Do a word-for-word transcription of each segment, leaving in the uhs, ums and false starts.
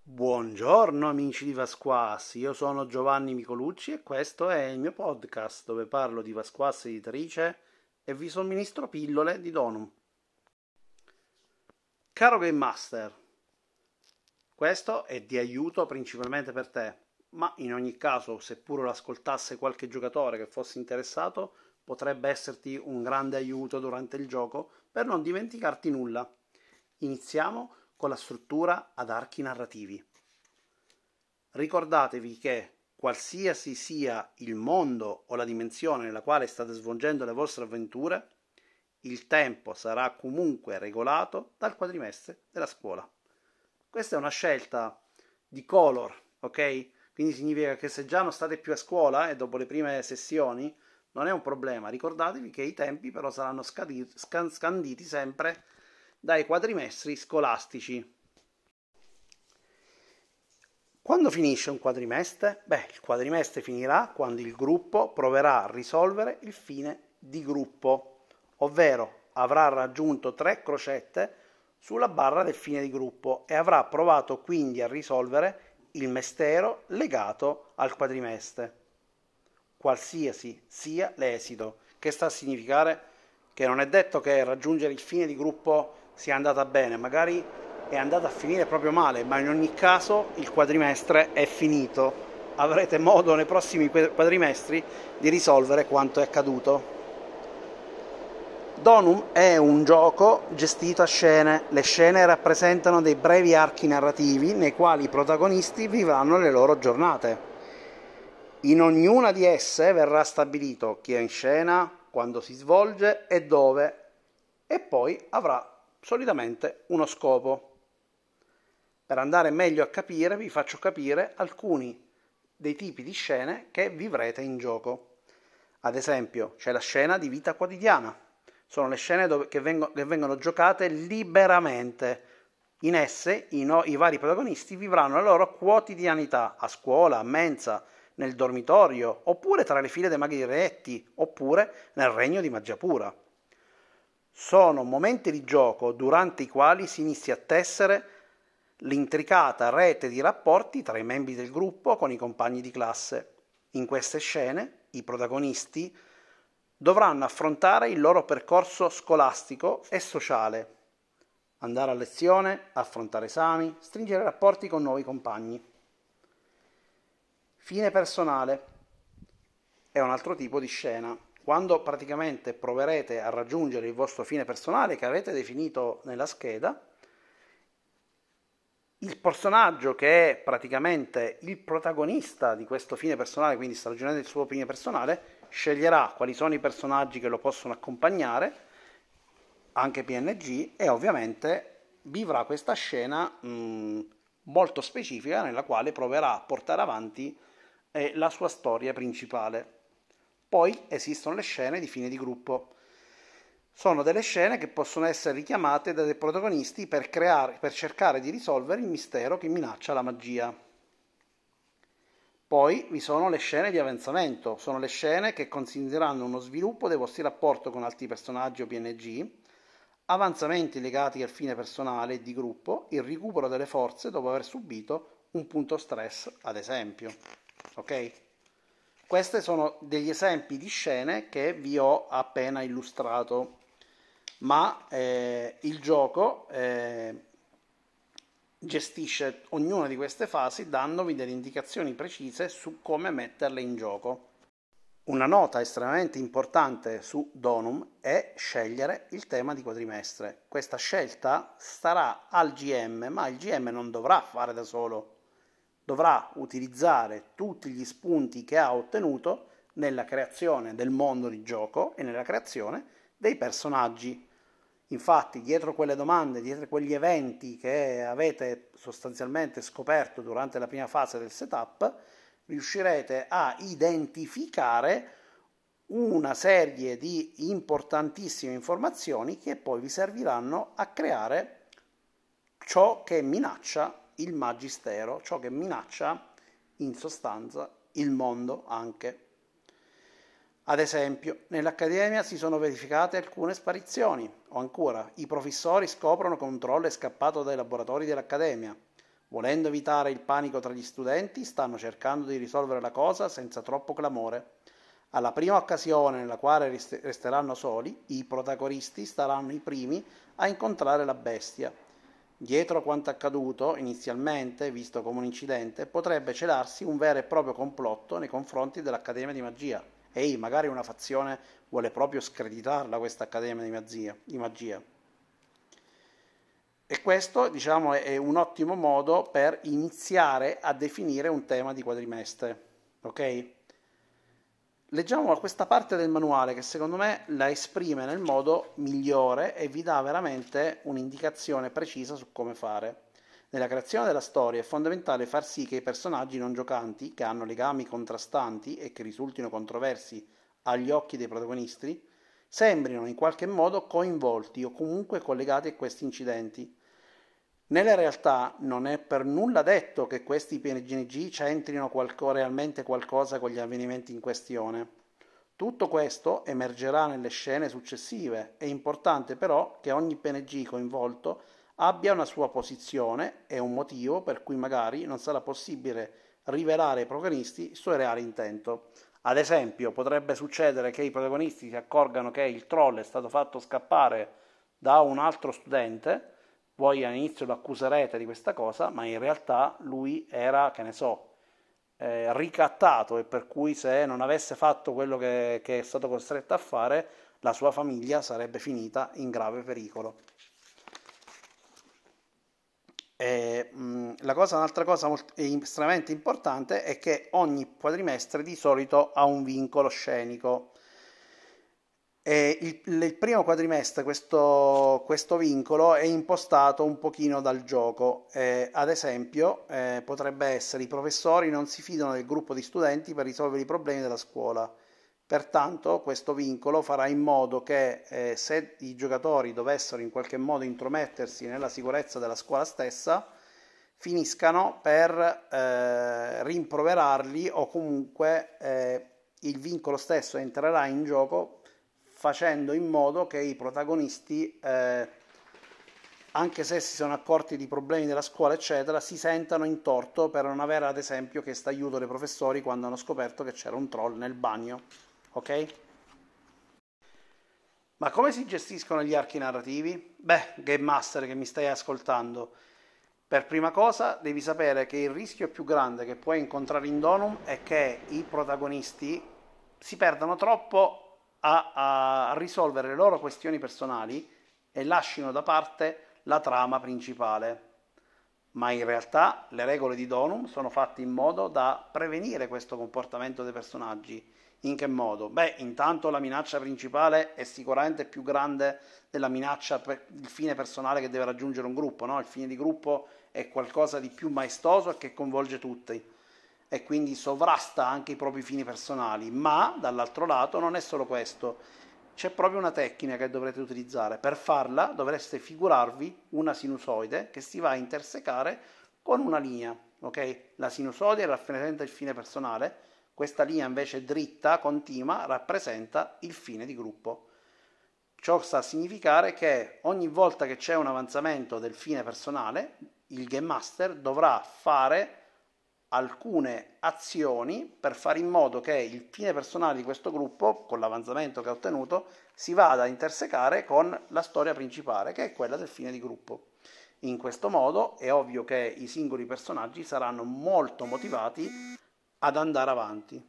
Buongiorno amici di Vasquas, io sono Giovanni Micolucci e questo è il mio podcast dove parlo di Vasquas Editrice e vi somministro pillole di Donum. Caro Game Master, questo è di aiuto principalmente per te, ma in ogni caso, seppur lo ascoltasse qualche giocatore che fosse interessato, potrebbe esserti un grande aiuto durante il gioco per non dimenticarti nulla. Iniziamo con la struttura ad archi narrativi. Ricordatevi che qualsiasi sia il mondo o la dimensione nella quale state svolgendo le vostre avventure, il tempo sarà comunque regolato dal quadrimestre della scuola. Questa è una scelta di color, ok? Quindi significa che se già non state più a scuola e dopo le prime sessioni non è un problema. Ricordatevi che i tempi però saranno scaditi, scanditi sempre dai quadrimestri scolastici. Quando finisce un quadrimestre? Beh, il quadrimestre finirà quando il gruppo proverà a risolvere il fine di gruppo, ovvero avrà raggiunto tre crocette sulla barra del fine di gruppo e avrà provato quindi a risolvere il mistero legato al quadrimestre, qualsiasi sia l'esito. Che sta a significare? Che non è detto che raggiungere il fine di gruppo sia andata bene, magari è andata a finire proprio male, ma in ogni caso il quadrimestre è finito. Avrete modo nei prossimi quadrimestri di risolvere quanto è accaduto. Donum è un gioco gestito a scene. Le scene rappresentano dei brevi archi narrativi nei quali i protagonisti vivranno le loro giornate. In ognuna di esse verrà stabilito chi è in scena, quando si svolge e dove, e poi avrà solitamente uno scopo. Per andare meglio a capire, vi faccio capire alcuni dei tipi di scene che vivrete in gioco. Ad esempio, c'è la scena di vita quotidiana. Sono le scene dove, che, vengo, che vengono giocate liberamente. In esse i, no, i vari protagonisti vivranno la loro quotidianità a scuola, a mensa, nel dormitorio, oppure tra le file dei maghi retti, oppure nel regno di magia pura. Sono momenti di gioco durante i quali si inizia a tessere l'intricata rete di rapporti tra i membri del gruppo con i compagni di classe. In queste scene i protagonisti dovranno affrontare il loro percorso scolastico e sociale, andare a lezione, affrontare esami, stringere rapporti con nuovi compagni. Fine personale è un altro tipo di scena. Quando praticamente proverete a raggiungere il vostro fine personale che avete definito nella scheda, il personaggio che è praticamente il protagonista di questo fine personale, quindi sta ragionando del suo fine personale, sceglierà quali sono i personaggi che lo possono accompagnare, anche P N G, e ovviamente vivrà questa scena mh, molto specifica nella quale proverà a portare avanti eh, la sua storia principale. Poi esistono le scene di fine di gruppo. Sono delle scene che possono essere richiamate dai protagonisti per, creare, per cercare di risolvere il mistero che minaccia la magia. Poi vi sono le scene di avanzamento, sono le scene che consentiranno uno sviluppo dei vostri rapporti con altri personaggi o P N G, avanzamenti legati al fine personale e di gruppo, il recupero delle forze dopo aver subito un punto stress, ad esempio. Ok? Questi sono degli esempi di scene che vi ho appena illustrato, ma eh, il gioco eh, gestisce ognuna di queste fasi dandovi delle indicazioni precise su come metterle in gioco. Una nota estremamente importante su Donum è scegliere il tema di quadrimestre. Questa scelta starà al G M, ma il G M non dovrà fare da solo. Dovrà utilizzare tutti gli spunti che ha ottenuto nella creazione del mondo di gioco e nella creazione dei personaggi. Infatti, dietro quelle domande, dietro quegli eventi che avete sostanzialmente scoperto durante la prima fase del setup, riuscirete a identificare una serie di importantissime informazioni che poi vi serviranno a creare ciò che minaccia il magistero, ciò che minaccia in sostanza il mondo anche. Ad esempio, nell'Accademia si sono verificate alcune sparizioni, o ancora, i professori scoprono che un troll è scappato dai laboratori dell'Accademia, Volendo evitare il panico tra gli studenti, stanno cercando di risolvere la cosa senza troppo clamore. Alla prima occasione nella quale resteranno soli, i protagonisti saranno i primi a incontrare la bestia. Dietro quanto accaduto, inizialmente visto come un incidente, potrebbe celarsi un vero e proprio complotto nei confronti dell'Accademia di Magia. Ehi, magari una fazione vuole proprio screditarla questa Accademia di Magia. Di magia. E questo, diciamo, è un ottimo modo per iniziare a definire un tema di quadrimestre. Ok? Leggiamo questa parte del manuale che secondo me la esprime nel modo migliore e vi dà veramente un'indicazione precisa su come fare. Nella creazione della storia è fondamentale far sì che i personaggi non giocanti, che hanno legami contrastanti e che risultino controversi agli occhi dei protagonisti, sembrino in qualche modo coinvolti o comunque collegati a questi incidenti. Nella realtà non è per nulla detto che questi P N G c'entrino qualco, realmente qualcosa con gli avvenimenti in questione. Tutto questo emergerà nelle scene successive. È importante però che ogni P N G coinvolto abbia una sua posizione e un motivo per cui magari non sarà possibile rivelare ai protagonisti il suo reale intento. Ad esempio, potrebbe succedere che i protagonisti si accorgano che il troll è stato fatto scappare da un altro studente. Voi all'inizio lo accuserete di questa cosa, ma in realtà lui era, che ne so, eh, ricattato, e per cui se non avesse fatto quello che, che è stato costretto a fare, la sua famiglia sarebbe finita in grave pericolo. E, mh, la cosa, un'altra cosa molto, estremamente importante è che ogni quadrimestre di solito ha un vincolo scenico. E il, il primo quadrimestre questo, questo vincolo è impostato un pochino dal gioco. Eh, ad esempio, eh, potrebbe essere: i professori non si fidano del gruppo di studenti per risolvere i problemi della scuola. Pertanto questo vincolo farà in modo che eh, se i giocatori dovessero in qualche modo intromettersi nella sicurezza della scuola stessa, finiscano per eh, rimproverarli, o comunque eh, il vincolo stesso entrerà in gioco facendo in modo che i protagonisti, eh, anche se si sono accorti di problemi della scuola, eccetera, si sentano in torto per non aver, ad esempio, chiesto aiuto ai professori quando hanno scoperto che c'era un troll nel bagno. Ok? Ma come si gestiscono gli archi narrativi? Beh, Game Master che mi stai ascoltando, per prima cosa devi sapere che il rischio più grande che puoi incontrare in Donum è che i protagonisti si perdano troppo a, a risolvere le loro questioni personali e lasciano da parte la trama principale. Ma in realtà le regole di Donum sono fatte in modo da prevenire questo comportamento dei personaggi. In che modo? Beh, intanto la minaccia principale è sicuramente più grande della minaccia per il fine personale che deve raggiungere un gruppo, no? Il fine di gruppo è qualcosa di più maestoso e che coinvolge tutti, e quindi sovrasta anche i propri fini personali. Ma dall'altro lato non è solo questo, c'è proprio una tecnica che dovrete utilizzare. Per farla dovreste figurarvi una sinusoide che si va a intersecare con una linea, ok? La sinusoide rappresenta il fine personale, questa linea invece dritta, continua, rappresenta il fine di gruppo. Ciò sta a significare che ogni volta che c'è un avanzamento del fine personale, il Game Master dovrà fare alcune azioni per fare in modo che il fine personale di questo gruppo, con l'avanzamento che ha ottenuto, si vada a intersecare con la storia principale, che è quella del fine di gruppo. In questo modo è ovvio che i singoli personaggi saranno molto motivati ad andare avanti.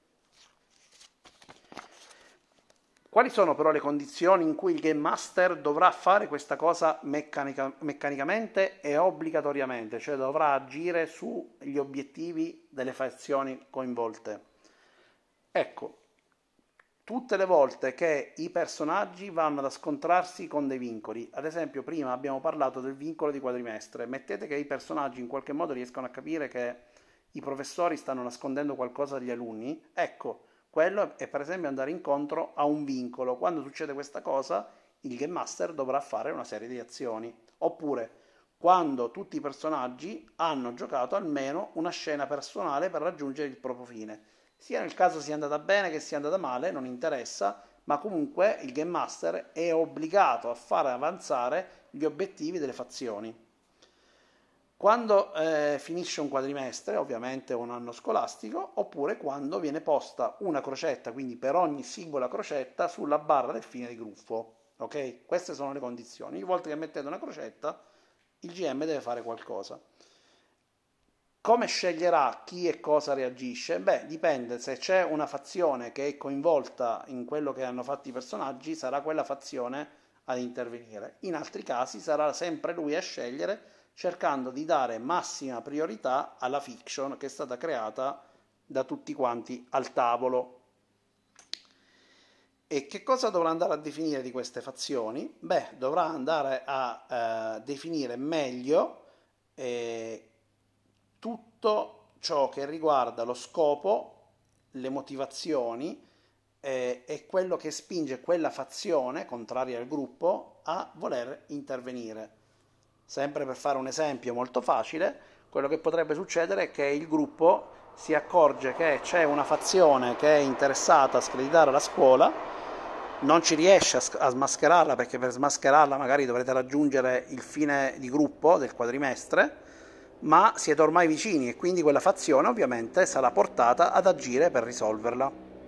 Quali sono però le condizioni in cui il Game Master dovrà fare questa cosa meccanica, meccanicamente e obbligatoriamente, cioè dovrà agire sugli obiettivi delle fazioni coinvolte? Ecco, tutte le volte che i personaggi vanno ad scontrarsi con dei vincoli, ad esempio prima abbiamo parlato del vincolo di quadrimestre, mettete che i personaggi in qualche modo riescano a capire che i professori stanno nascondendo qualcosa agli alunni, ecco, quello è per esempio andare incontro a un vincolo. Quando succede questa cosa, il Game Master dovrà fare una serie di azioni. Oppure, quando tutti i personaggi hanno giocato almeno una scena personale per raggiungere il proprio fine. Sia nel caso sia andata bene che sia andata male, non interessa, ma comunque il Game Master è obbligato a fare avanzare gli obiettivi delle fazioni. quando eh, finisce un quadrimestre, ovviamente un anno scolastico, oppure quando viene posta una crocetta, quindi per ogni singola crocetta, sulla barra del fine di gruppo. Ok? Queste sono le condizioni. Ogni volta che mettete una crocetta, il G M deve fare qualcosa. Come sceglierà chi e cosa reagisce? Beh, dipende. Se c'è una fazione che è coinvolta in quello che hanno fatto i personaggi, sarà quella fazione ad intervenire. In altri casi sarà sempre lui a scegliere, cercando di dare massima priorità alla fiction che è stata creata da tutti quanti al tavolo. E che cosa dovrà andare a definire di queste fazioni? Beh, dovrà andare a eh, definire meglio eh, tutto ciò che riguarda lo scopo, le motivazioni eh, e quello che spinge quella fazione, contraria al gruppo, a voler intervenire. Sempre per fare un esempio molto facile, quello che potrebbe succedere è che il gruppo si accorge che c'è una fazione che è interessata a screditare la scuola, non ci riesce a smascherarla perché per smascherarla magari dovrete raggiungere il fine di gruppo del quadrimestre, ma siete ormai vicini e quindi quella fazione ovviamente sarà portata ad agire per risolverla.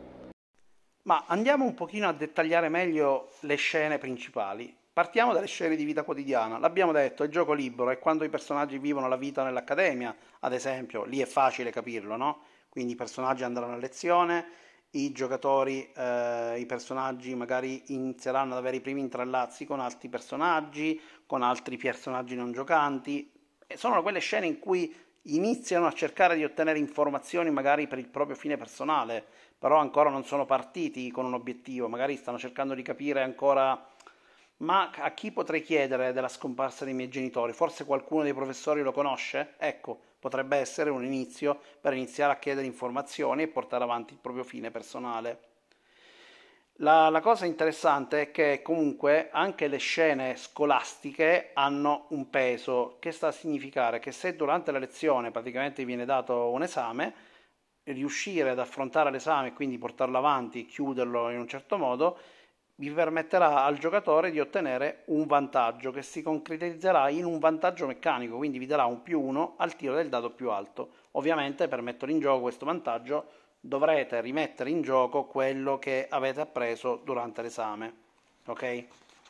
Ma andiamo un pochino a dettagliare meglio le scene principali. Partiamo dalle scene di vita quotidiana. L'abbiamo detto, il gioco libero è quando i personaggi vivono la vita nell'accademia, ad esempio, lì è facile capirlo, no? Quindi i personaggi andranno a lezione, i giocatori, eh, i personaggi magari inizieranno ad avere i primi intrallazzi con altri personaggi, con altri personaggi non giocanti. E sono quelle scene in cui iniziano a cercare di ottenere informazioni magari per il proprio fine personale, però ancora non sono partiti con un obiettivo, magari stanno cercando di capire ancora: ma a chi potrei chiedere della scomparsa dei miei genitori? Forse qualcuno dei professori lo conosce? Ecco, potrebbe essere un inizio per iniziare a chiedere informazioni e portare avanti il proprio fine personale. La, la cosa interessante è che comunque anche le scene scolastiche hanno un peso, che sta a significare che se durante la lezione praticamente viene dato un esame, riuscire ad affrontare l'esame e quindi portarlo avanti, chiuderlo in un certo modo, vi permetterà al giocatore di ottenere un vantaggio che si concretizzerà in un vantaggio meccanico, quindi vi darà un più uno al tiro del dado più alto. Ovviamente per mettere in gioco questo vantaggio dovrete rimettere in gioco quello che avete appreso durante l'esame. Ok?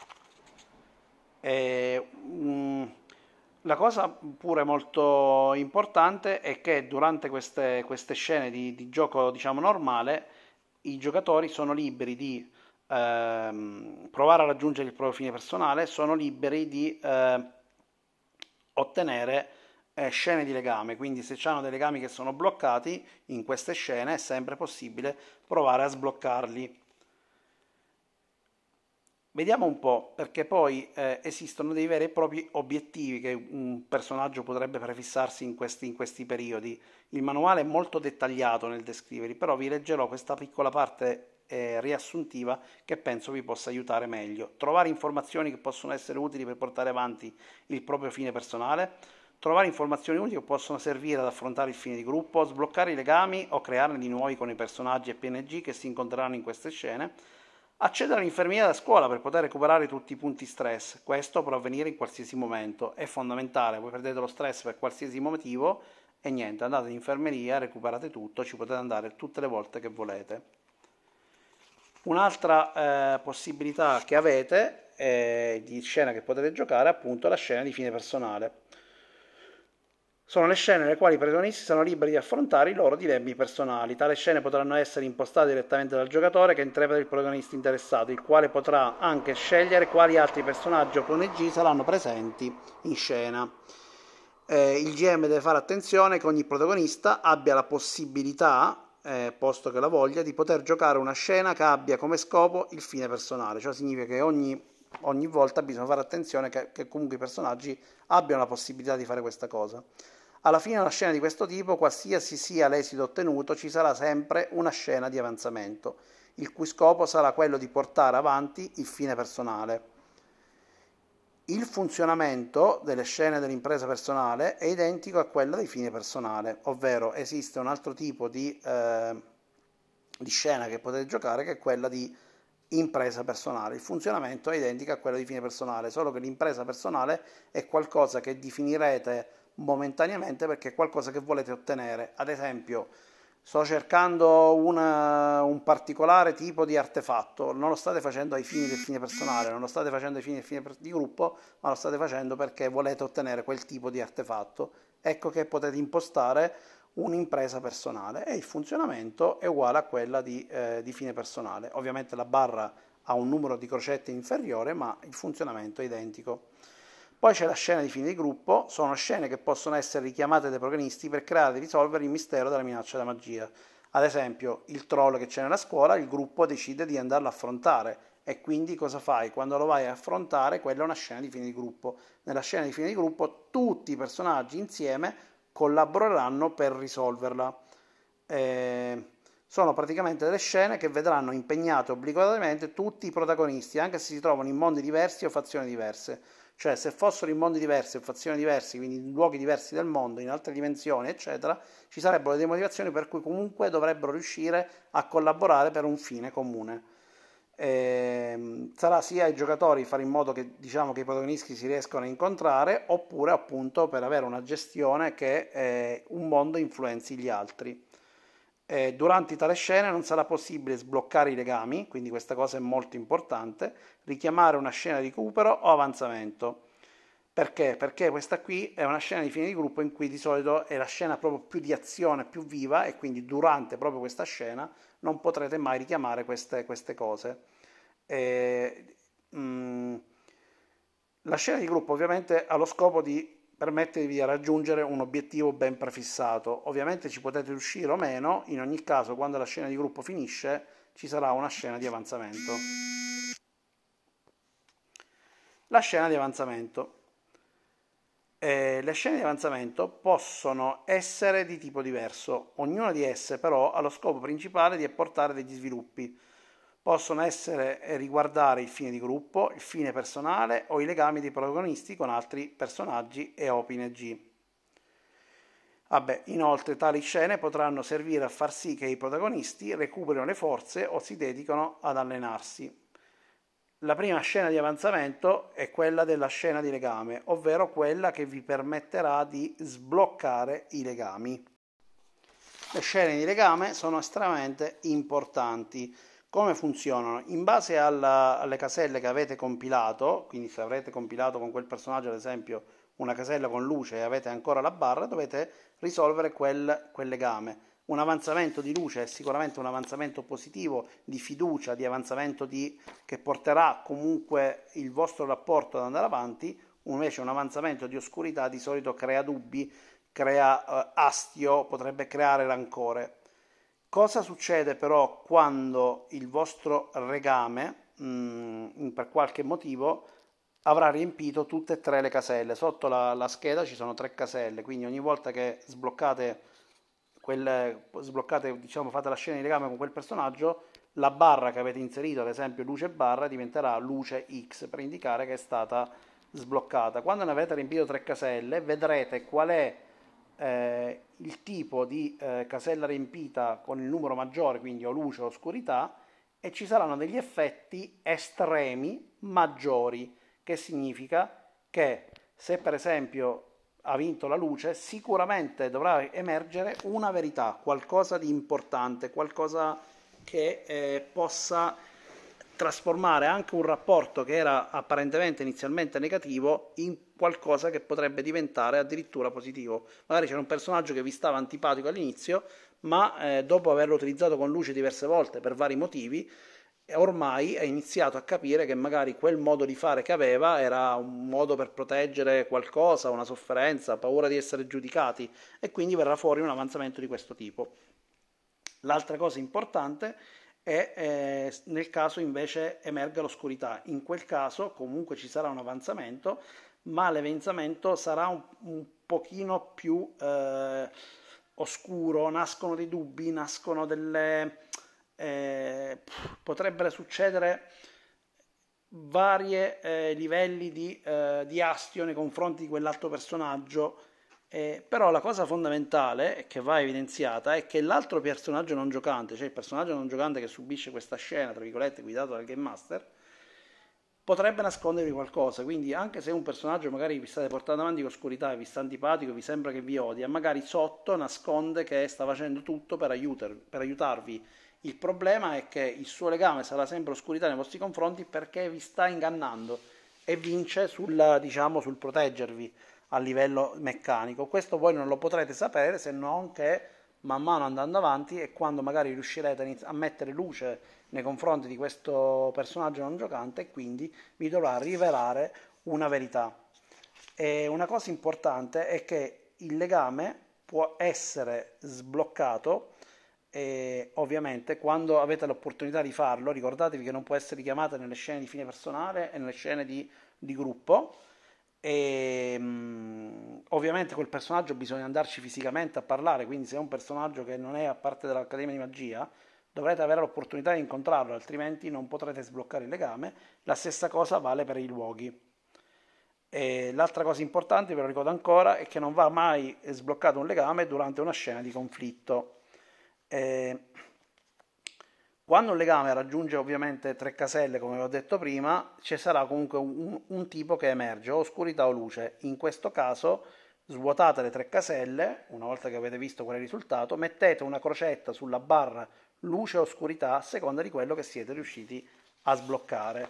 E, mm, la cosa pure molto importante è che durante queste, queste scene di, di gioco, diciamo, normale, i giocatori sono liberi di ehm, provare a raggiungere il proprio fine personale, sono liberi di eh, ottenere eh, scene di legame, quindi se hanno dei legami che sono bloccati in queste scene è sempre possibile provare a sbloccarli. Vediamo un po', perché poi eh, esistono dei veri e propri obiettivi che un personaggio potrebbe prefissarsi in questi, in questi periodi. Il manuale è molto dettagliato nel descriverli, però vi leggerò questa piccola parte eh, riassuntiva che penso vi possa aiutare meglio. Trovare informazioni che possono essere utili per portare avanti il proprio fine personale, trovare informazioni utili che possono servire ad affrontare il fine di gruppo, sbloccare i legami o crearne di nuovi con i personaggi e P N G che si incontreranno in queste scene, accedere all'infermeria da scuola per poter recuperare tutti i punti stress. Questo può avvenire in qualsiasi momento, è fondamentale. Voi perdete lo stress per qualsiasi motivo e niente, andate in infermeria, recuperate tutto, ci potete andare tutte le volte che volete. Un'altra eh, possibilità che avete eh, di scena che potete giocare è appunto la scena di fine personale. Sono le scene nelle quali i protagonisti sono liberi di affrontare i loro dilemmi personali. Tali scene potranno essere impostate direttamente dal giocatore che interpreta il protagonista interessato, il quale potrà anche scegliere quali altri personaggi o P N G saranno presenti in scena. Eh, il G M deve fare attenzione che ogni protagonista abbia la possibilità, eh, posto che la voglia, di poter giocare una scena che abbia come scopo il fine personale. Ciò significa che ogni, ogni volta bisogna fare attenzione che, che comunque i personaggi abbiano la possibilità di fare questa cosa. Alla fine di una scena di questo tipo, qualsiasi sia l'esito ottenuto, ci sarà sempre una scena di avanzamento, il cui scopo sarà quello di portare avanti il fine personale. Il funzionamento delle scene dell'impresa personale è identico a quello del fine personale, ovvero esiste un altro tipo di, eh, di scena che potete giocare che è quella di impresa personale. Il funzionamento è identico a quello di fine personale, solo che l'impresa personale è qualcosa che definirete momentaneamente perché è qualcosa che volete ottenere. Ad esempio, sto cercando una, un particolare tipo di artefatto, non lo state facendo ai fini del fine personale, non lo state facendo ai fini del fine di gruppo, ma lo state facendo perché volete ottenere quel tipo di artefatto. Ecco che potete impostare un'impresa personale e il funzionamento è uguale a quella di, eh, di fine personale. Ovviamente la barra ha un numero di crocette inferiore, ma il funzionamento è identico. Poi c'è la scena di fine di gruppo, sono scene che possono essere richiamate dai protagonisti per creare e risolvere il mistero della minaccia della magia. Ad esempio, il troll che c'è nella scuola, il gruppo decide di andarlo a affrontare e quindi cosa fai? Quando lo vai a affrontare, quella è una scena di fine di gruppo. Nella scena di fine di gruppo tutti i personaggi insieme collaboreranno per risolverla. Eh, sono praticamente delle scene che vedranno impegnati obbligatoriamente tutti i protagonisti, anche se si trovano in mondi diversi o fazioni diverse. Cioè, se fossero in mondi diversi o fazioni diverse, quindi in luoghi diversi del mondo, in altre dimensioni, eccetera, ci sarebbero delle motivazioni per cui comunque dovrebbero riuscire a collaborare per un fine comune. Eh, sarà sia ai giocatori fare in modo che, diciamo, che i protagonisti si riescano a incontrare, oppure appunto per avere una gestione che eh, un mondo influenzi gli altri. Eh, durante tale scene non sarà possibile sbloccare i legami, quindi questa cosa è molto importante, richiamare una scena di recupero o avanzamento. Perché? Perché questa qui è una scena di fine di gruppo in cui di solito è la scena proprio più di azione, più viva, e quindi durante proprio questa scena non potrete mai richiamare queste, queste cose. E, mm, la scena di gruppo ovviamente ha lo scopo di permettervi di raggiungere un obiettivo ben prefissato. Ovviamente ci potete riuscire o meno, in ogni caso quando la scena di gruppo finisce ci sarà una scena di avanzamento. La scena di avanzamento. Eh, le scene di avanzamento possono essere di tipo diverso, ognuna di esse però ha lo scopo principale di apportare degli sviluppi. Possono essere riguardare il fine di gruppo, il fine personale o i legami dei protagonisti con altri personaggi e o P N G. Vabbè, inoltre tali scene potranno servire a far sì che i protagonisti recuperino le forze o si dedicano ad allenarsi. La prima scena di avanzamento è quella della scena di legame, ovvero quella che vi permetterà di sbloccare i legami. Le scene di legame sono estremamente importanti. Come funzionano? In base alla, alle caselle che avete compilato, quindi se avrete compilato con quel personaggio ad esempio una casella con luce e avete ancora la barra, dovete risolvere quel, quel legame. Un avanzamento di luce è sicuramente un avanzamento positivo, di fiducia, di avanzamento di, che porterà comunque il vostro rapporto ad andare avanti, invece un avanzamento di oscurità di solito crea dubbi, crea eh, astio, potrebbe creare rancore. Cosa succede però quando il vostro regame, mh, per qualche motivo, avrà riempito tutte e tre le caselle? Sotto la, la scheda ci sono tre caselle, quindi ogni volta che sbloccate Quelle, sbloccate, diciamo, fate la scena di legame con quel personaggio, la barra che avete inserito, ad esempio luce barra, diventerà luce X per indicare che è stata sbloccata. Quando ne avete riempito tre caselle, vedrete qual è eh, il tipo di eh, casella riempita con il numero maggiore, quindi o luce o oscurità, e ci saranno degli effetti estremi maggiori, che significa che se per esempio ha vinto la luce, sicuramente dovrà emergere una verità, qualcosa di importante, qualcosa che eh, possa trasformare anche un rapporto che era apparentemente inizialmente negativo in qualcosa che potrebbe diventare addirittura positivo. Magari c'era un personaggio che vi stava antipatico all'inizio, ma eh, dopo averlo utilizzato con luce diverse volte per vari motivi, ormai ha iniziato a capire che magari quel modo di fare che aveva era un modo per proteggere qualcosa, una sofferenza, paura di essere giudicati, e quindi verrà fuori un avanzamento di questo tipo. L'altra cosa importante è eh, nel caso invece emerga l'oscurità. In quel caso comunque ci sarà un avanzamento, ma l'avanzamento sarà un, un pochino più eh, oscuro, nascono dei dubbi, nascono delle... Eh, potrebbero succedere vari eh, livelli di, eh, di astio nei confronti di quell'altro personaggio, eh, però la cosa fondamentale che va evidenziata è che l'altro personaggio non giocante, cioè il personaggio non giocante che subisce questa scena, tra virgolette, guidato dal Game Master, potrebbe nascondervi qualcosa. Quindi anche se un personaggio magari vi state portando avanti con oscurità e vi sta antipatico, vi sembra che vi odia, magari sotto nasconde che sta facendo tutto per, aiutar, per aiutarvi. Il problema è che il suo legame sarà sempre oscurità nei vostri confronti perché vi sta ingannando e vince sul, diciamo, sul proteggervi a livello meccanico. Questo voi non lo potrete sapere se non che man mano andando avanti e quando magari riuscirete a mettere luce nei confronti di questo personaggio non giocante e quindi vi dovrà rivelare una verità. E una cosa importante è che il legame può essere sbloccato e ovviamente quando avete l'opportunità di farlo ricordatevi che non può essere richiamata nelle scene di fine personale e nelle scene di, di gruppo e um, ovviamente col personaggio bisogna andarci fisicamente a parlare, quindi se è un personaggio che non è a parte dell'Accademia di Magia dovrete avere l'opportunità di incontrarlo, altrimenti non potrete sbloccare il legame. La stessa cosa vale per i luoghi. E l'altra cosa importante, ve lo ricordo ancora, è che non va mai sbloccato un legame durante una scena di conflitto. E quando un legame raggiunge ovviamente tre caselle, come vi ho detto prima, ci sarà comunque un, un tipo che emerge, o oscurità o luce. In questo caso svuotate le tre caselle, una volta che avete visto qual è il risultato, mettete una crocetta sulla barra luce o oscurità a seconda di quello che siete riusciti a sbloccare.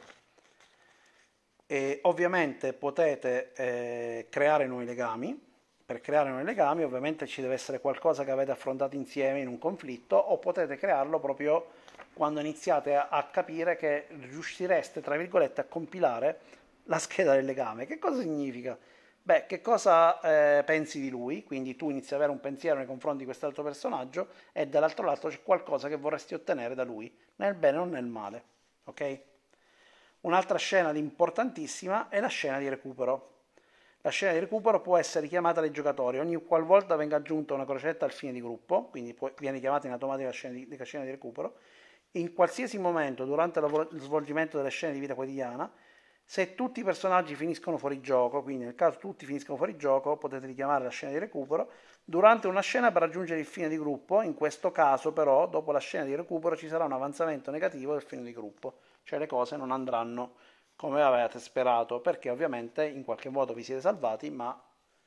E ovviamente potete eh, creare nuovi legami. Per creare nuovi legami ovviamente ci deve essere qualcosa che avete affrontato insieme in un conflitto o potete crearlo proprio quando iniziate a, a capire che riuscireste tra virgolette a compilare la scheda del legame. Che cosa significa? Beh, che cosa eh, pensi di lui? Quindi tu inizi ad avere un pensiero nei confronti di quest'altro personaggio e dall'altro lato c'è qualcosa che vorresti ottenere da lui, nel bene o nel male, ok? Un'altra scena importantissima è la scena di recupero. La scena di recupero può essere chiamata dai giocatori ogni qualvolta venga aggiunta una crocetta al fine di gruppo, quindi viene chiamata in automatico la scena di, la scena di recupero, in qualsiasi momento durante lo svolgimento delle scene di vita quotidiana. Se tutti i personaggi finiscono fuori gioco, quindi nel caso tutti finiscono fuori gioco, potete richiamare la scena di recupero durante una scena per raggiungere il fine di gruppo. In questo caso però, dopo la scena di recupero ci sarà un avanzamento negativo del fine di gruppo, cioè le cose non andranno come avete sperato, perché ovviamente in qualche modo vi siete salvati, ma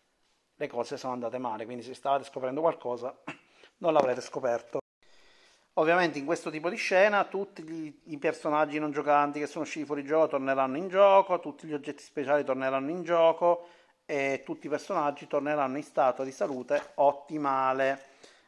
le cose sono andate male, quindi se stavate scoprendo qualcosa non l'avrete scoperto. Ovviamente in questo tipo di scena tutti gli, i personaggi non giocanti che sono usciti fuori gioco torneranno in gioco, tutti gli oggetti speciali torneranno in gioco e tutti i personaggi torneranno in stato di salute ottimale.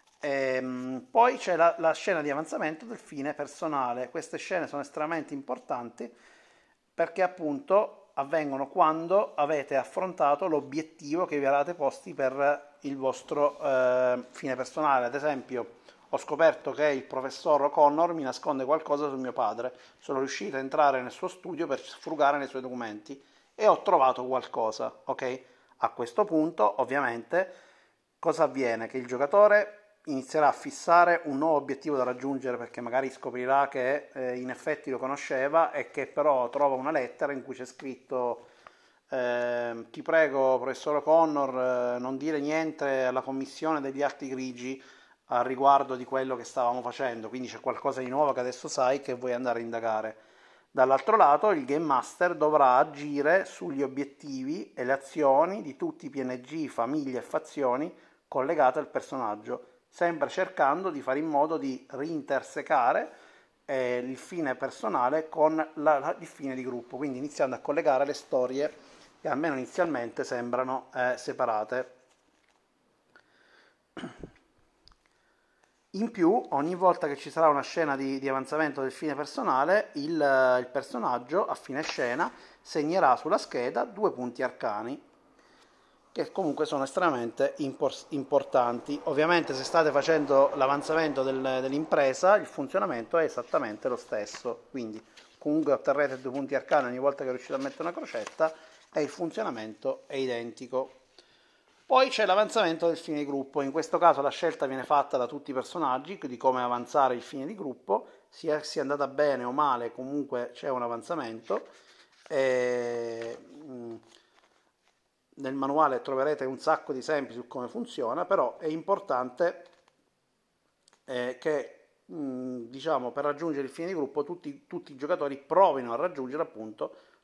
Ehm, poi c'è la, la scena di avanzamento del fine personale. Queste scene sono estremamente importanti perché appunto avvengono quando avete affrontato l'obiettivo che vi eravate posti per il vostro eh, fine personale. Ad esempio, ho scoperto che il professor O'Connor mi nasconde qualcosa sul mio padre. Sono riuscito a entrare nel suo studio per frugare nei suoi documenti e ho trovato qualcosa, ok? A questo punto, ovviamente, cosa avviene? Che il giocatore inizierà a fissare un nuovo obiettivo da raggiungere perché magari scoprirà che eh, in effetti lo conosceva e che però trova una lettera in cui c'è scritto eh, ti prego professor O'Connor eh, non dire niente alla commissione degli Arti Grigi al riguardo di quello che stavamo facendo, quindi c'è qualcosa di nuovo che adesso sai che vuoi andare a indagare. Dall'altro lato il Game Master dovrà agire sugli obiettivi e le azioni di tutti i P N G, famiglie e fazioni collegate al personaggio, sempre cercando di fare in modo di rintersecare eh, il fine personale con la, la, il fine di gruppo, quindi iniziando a collegare le storie che almeno inizialmente sembrano eh, separate. In più, ogni volta che ci sarà una scena di, di avanzamento del fine personale, il, il personaggio a fine scena segnerà sulla scheda due punti arcani, che comunque sono estremamente impor- importanti. Ovviamente se state facendo l'avanzamento del, dell'impresa, il funzionamento è esattamente lo stesso, quindi comunque otterrete due punti arcani ogni volta che riuscite a mettere una crocetta e il funzionamento è identico. Poi c'è l'avanzamento del fine di gruppo, in questo caso la scelta viene fatta da tutti i personaggi di come avanzare il fine di gruppo, sia sia andata bene o male, comunque c'è un avanzamento. E, mh, nel manuale troverete un sacco di esempi su come funziona, però è importante eh, che mh, diciamo per raggiungere il fine di gruppo tutti, tutti i giocatori provino a raggiungere appunto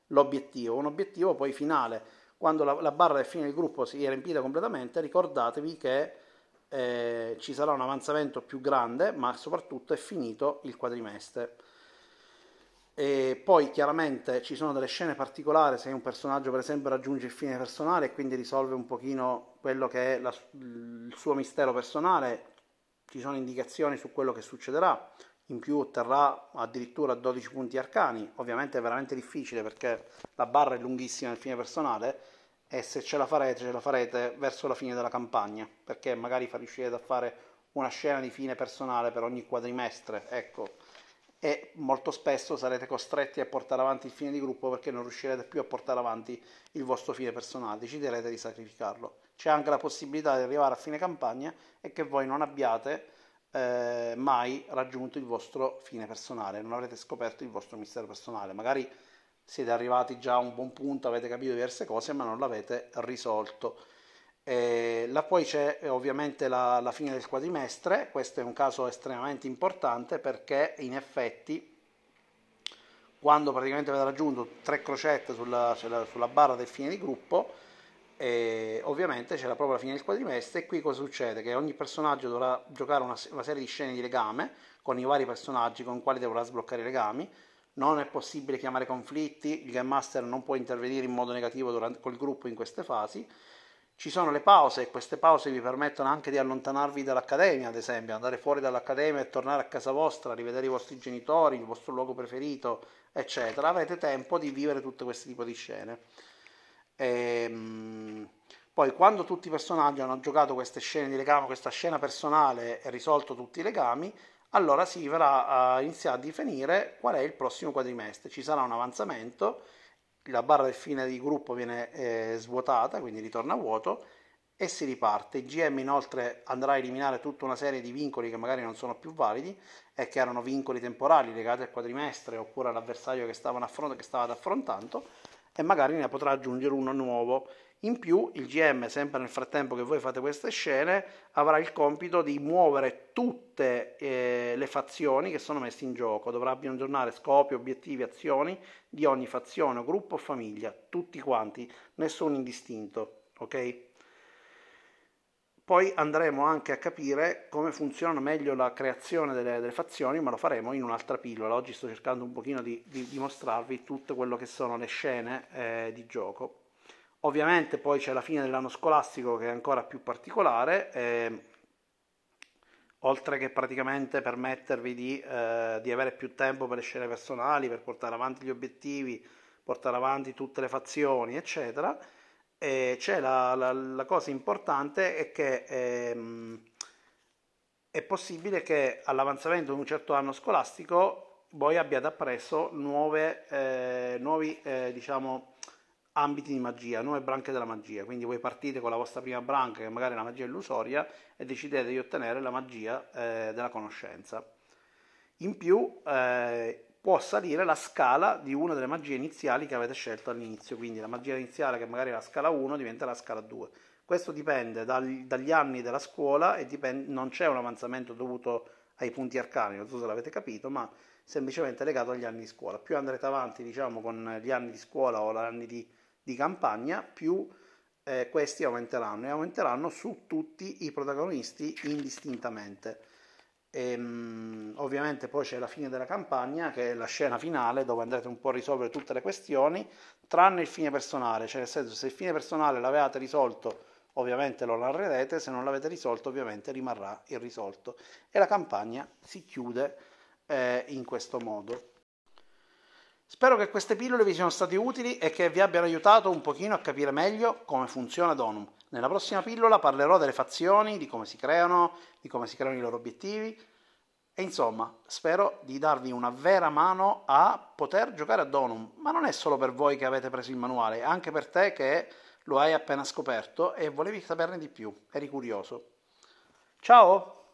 l'obiettivo, un obiettivo poi finale. Quando la, la barra del fine del gruppo si è riempita completamente, ricordatevi che eh, ci sarà un avanzamento più grande, ma soprattutto è finito il quadrimestre. E poi chiaramente ci sono delle scene particolari se un personaggio per esempio raggiunge il fine personale e quindi risolve un pochino quello che è la, il suo mistero personale, ci sono indicazioni su quello che succederà. In più otterrà addirittura dodici punti arcani, ovviamente è veramente difficile perché la barra è lunghissima nel fine personale e se ce la farete, ce la farete verso la fine della campagna, perché magari riuscirete a fare una scena di fine personale per ogni quadrimestre, ecco, e molto spesso sarete costretti a portare avanti il fine di gruppo perché non riuscirete più a portare avanti il vostro fine personale, deciderete di sacrificarlo. C'è anche la possibilità di arrivare a fine campagna e che voi non abbiate eh, mai raggiunto il vostro fine personale, non avrete scoperto il vostro mistero personale, magari siete arrivati già a un buon punto, avete capito diverse cose ma non l'avete risolto. Eh, là poi c'è eh, ovviamente la, la fine del quadrimestre, questo è un caso estremamente importante perché in effetti quando praticamente avete raggiunto tre crocette sulla, sulla, sulla barra del fine di gruppo, eh, ovviamente c'è la propria fine del quadrimestre e qui cosa succede? Che ogni personaggio dovrà giocare una, una serie di scene di legame con i vari personaggi con i quali dovrà sbloccare i legami, non è possibile chiamare conflitti, il Game Master non può intervenire in modo negativo durante, col gruppo in queste fasi. Ci sono le pause e queste pause vi permettono anche di allontanarvi dall'accademia, ad esempio, andare fuori dall'accademia e tornare a casa vostra, rivedere i vostri genitori, il vostro luogo preferito, eccetera. Avrete tempo di vivere tutte queste tipi di scene. E, poi quando tutti i personaggi hanno giocato queste scene di legame, questa scena personale e risolto tutti i legami, allora si verrà a iniziare a definire qual è il prossimo quadrimestre. Ci sarà un avanzamento, la barra del fine di gruppo viene eh, svuotata, quindi ritorna a vuoto e si riparte. Il G M inoltre andrà a eliminare tutta una serie di vincoli che magari non sono più validi e che erano vincoli temporali legati al quadrimestre oppure all'avversario che, che stavate affrontando e magari ne potrà aggiungere uno nuovo. In più il G M, sempre nel frattempo che voi fate queste scene, avrà il compito di muovere tutte eh, le fazioni che sono messe in gioco, dovrà aggiornare scopi, obiettivi, azioni di ogni fazione, gruppo o famiglia, tutti quanti, nessuno indistinto, ok? Poi andremo anche a capire come funziona meglio la creazione delle, delle fazioni, ma lo faremo in un'altra pillola. Oggi sto cercando un pochino di, di, di mostrarvi tutto quello che sono le scene eh, di gioco. Ovviamente poi c'è la fine dell'anno scolastico che è ancora più particolare, eh, oltre che praticamente permettervi di, eh, di avere più tempo per le scene personali, per portare avanti gli obiettivi, portare avanti tutte le fazioni, eccetera. E c'è la, la, la cosa importante è che ehm, è possibile che all'avanzamento di un certo anno scolastico voi abbiate appreso nuove, eh, nuovi, eh, diciamo, ambiti di magia, nuove branche della magia, quindi voi partite con la vostra prima branca che magari è la magia illusoria e decidete di ottenere la magia eh, della conoscenza. In più eh, può salire la scala di una delle magie iniziali che avete scelto all'inizio, quindi la magia iniziale che magari è la scala uno diventa la scala due. Questo dipende dal, dagli anni della scuola e dipende, non c'è un avanzamento dovuto ai punti arcani, non so se l'avete capito, ma semplicemente legato agli anni di scuola. Più andrete avanti, diciamo, con gli anni di scuola o gli anni di di campagna, più eh, questi aumenteranno e aumenteranno su tutti i protagonisti indistintamente. E, mh, ovviamente poi c'è la fine della campagna, che è la scena finale dove andrete un po' a risolvere tutte le questioni, tranne il fine personale, cioè nel senso, se il fine personale l'avete risolto ovviamente lo narrerete, se non l'avete risolto ovviamente rimarrà irrisolto e la campagna si chiude eh, in questo modo. Spero che queste pillole vi siano state utili e che vi abbiano aiutato un pochino a capire meglio come funziona Donum. Nella prossima pillola parlerò delle fazioni, di come si creano, di come si creano i loro obiettivi e insomma spero di darvi una vera mano a poter giocare a Donum, ma non è solo per voi che avete preso il manuale, è anche per te che lo hai appena scoperto e volevi saperne di più, eri curioso. Ciao!